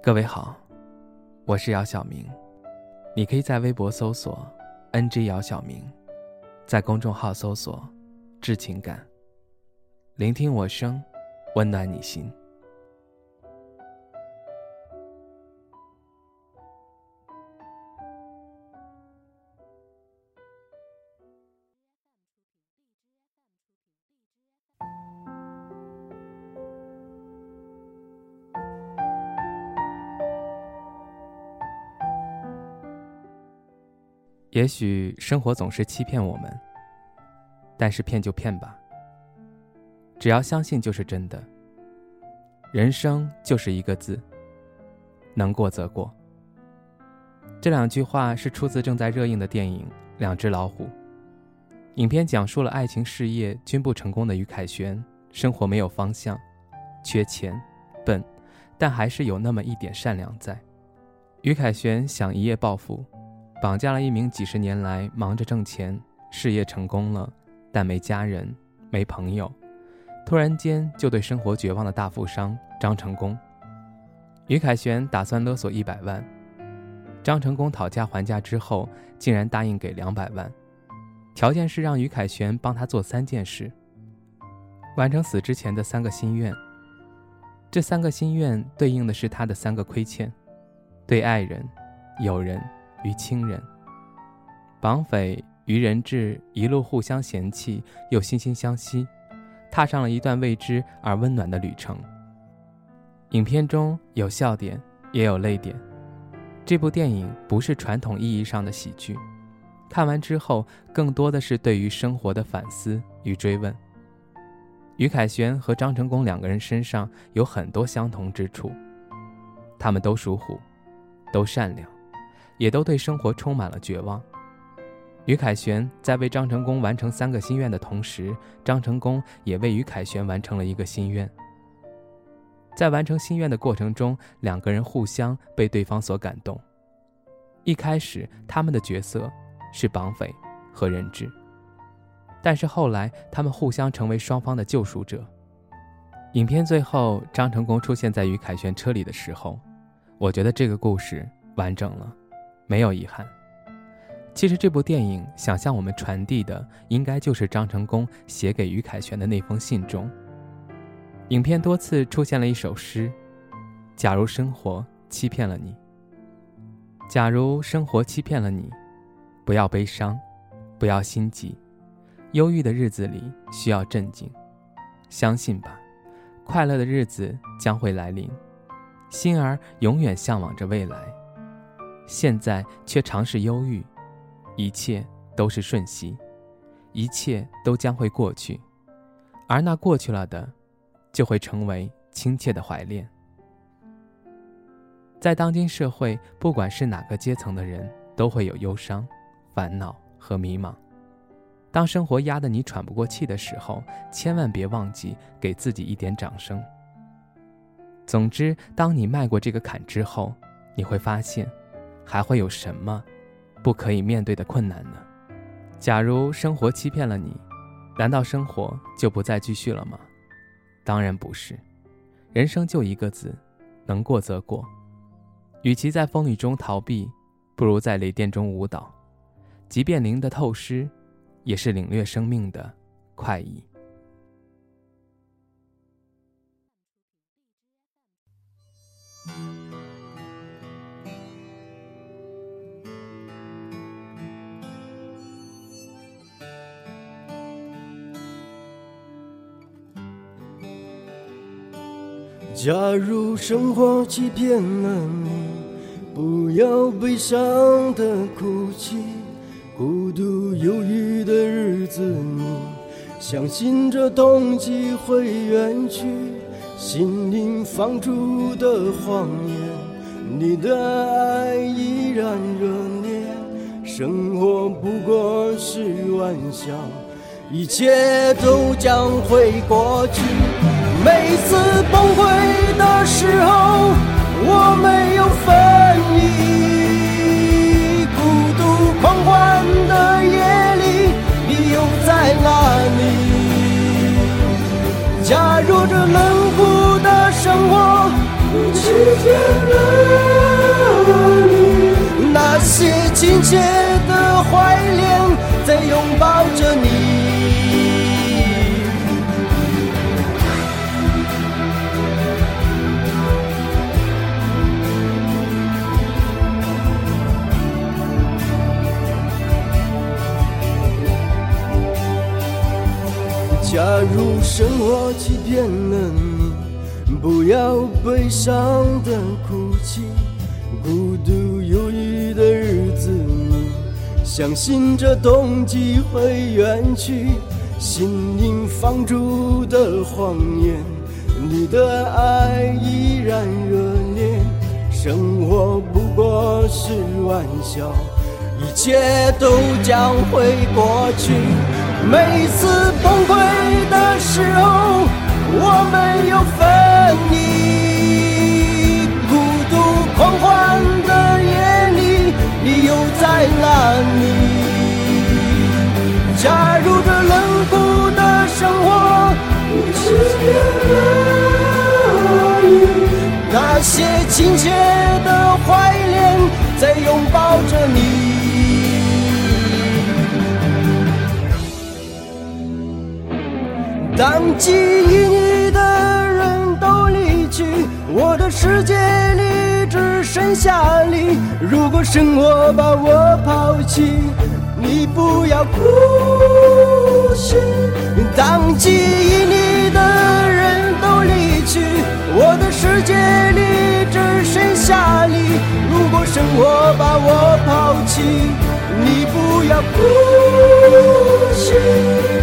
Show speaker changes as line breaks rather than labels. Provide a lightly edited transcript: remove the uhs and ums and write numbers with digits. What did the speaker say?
各位好，我是姚晓明，你可以在微博搜索 NG 姚晓明，在公众号搜索致情感，聆听我声，温暖你心。也许生活总是欺骗我们，但是骗就骗吧，只要相信就是真的。人生就是一个字，能过则过。这两句话是出自正在热映的电影《两只老虎》。影片讲述了爱情事业均不成功的于凯旋，生活没有方向，缺钱，笨，但还是有那么一点善良在。于凯旋想一夜暴富，绑架了一名几十年来忙着挣钱，事业成功了，但没家人，没朋友，突然间就对生活绝望的大富商张成功。于凯旋打算勒索100万，张成功讨价还价之后，竟然答应给200万，条件是让于凯旋帮他做3件事，完成死之前的3个心愿。这3个心愿对应的是他的3个亏欠：对爱人、友人与亲人。绑匪于人质一路互相嫌弃又惺惺相惜，踏上了一段未知而温暖的旅程。影片中有笑点也有泪点，这部电影不是传统意义上的喜剧，看完之后更多的是对于生活的反思与追问。于凯旋和张成功2个人身上有很多相同之处，他们都属虎，都善良，也都对生活充满了绝望。于凯旋在为张成功完成3个心愿的同时，张成功也为于凯旋完成了1个心愿。在完成心愿的过程中，2个人互相被对方所感动。一开始他们的角色是绑匪和人质，但是后来他们互相成为双方的救赎者。影片最后张成功出现在于凯旋车里的时候，我觉得这个故事完整了，没有遗憾。其实这部电影想向我们传递的，应该就是张成功写给于凯旋的那封信中。影片多次出现了一首诗：假如生活欺骗了你，假如生活欺骗了你，不要悲伤，不要心急，忧郁的日子里需要镇静，相信吧，快乐的日子将会来临，心儿永远向往着未来，现在却常是忧郁，一切都是瞬息，一切都将会过去，而那过去了的就会成为亲切的怀恋。在当今社会，不管是哪个阶层的人，都会有忧伤、烦恼和迷茫。当生活压得你喘不过气的时候，千万别忘记给自己一点掌声。总之，当你迈过这个坎之后，你会发现还会有什么不可以面对的困难呢？假如生活欺骗了你，难道生活就不再继续了吗？当然不是，人生就一个字，能过则过。与其在风雨中逃避，不如在雷电中舞蹈。即便淋得透湿，也是领略生命的快意。
假如生活欺骗了你，不要悲伤的哭泣，孤独忧郁的日子里，相信这冬季会远去，心灵放逐的谎言，你的爱依然热烈，生活不过是玩笑，一切都将会过去。每次崩溃的时候，我没有分离，孤独狂欢的夜里，你又在哪里？假如这冷酷的生活见了你，那些亲切的怀恋在拥抱着你。假如生活欺骗了你，不要悲伤的哭泣，孤独忧郁的日子里，相信这冬季会远去，心灵放逐的谎言，你的爱依然热烈，生活不过是玩笑，一切都将会过去。每次崩溃的时候，我们又分离，孤独狂欢的夜里，你又在哪里？假如这冷酷的生活欺骗了你，那些亲切的怀恋在拥抱着你。当记忆你的人都离去，我的世界里只剩下你。如果生活把我抛弃，你不要哭泣。当记忆你的人都离去，我的世界里只剩下你。如果生活把我抛弃，你不要哭泣。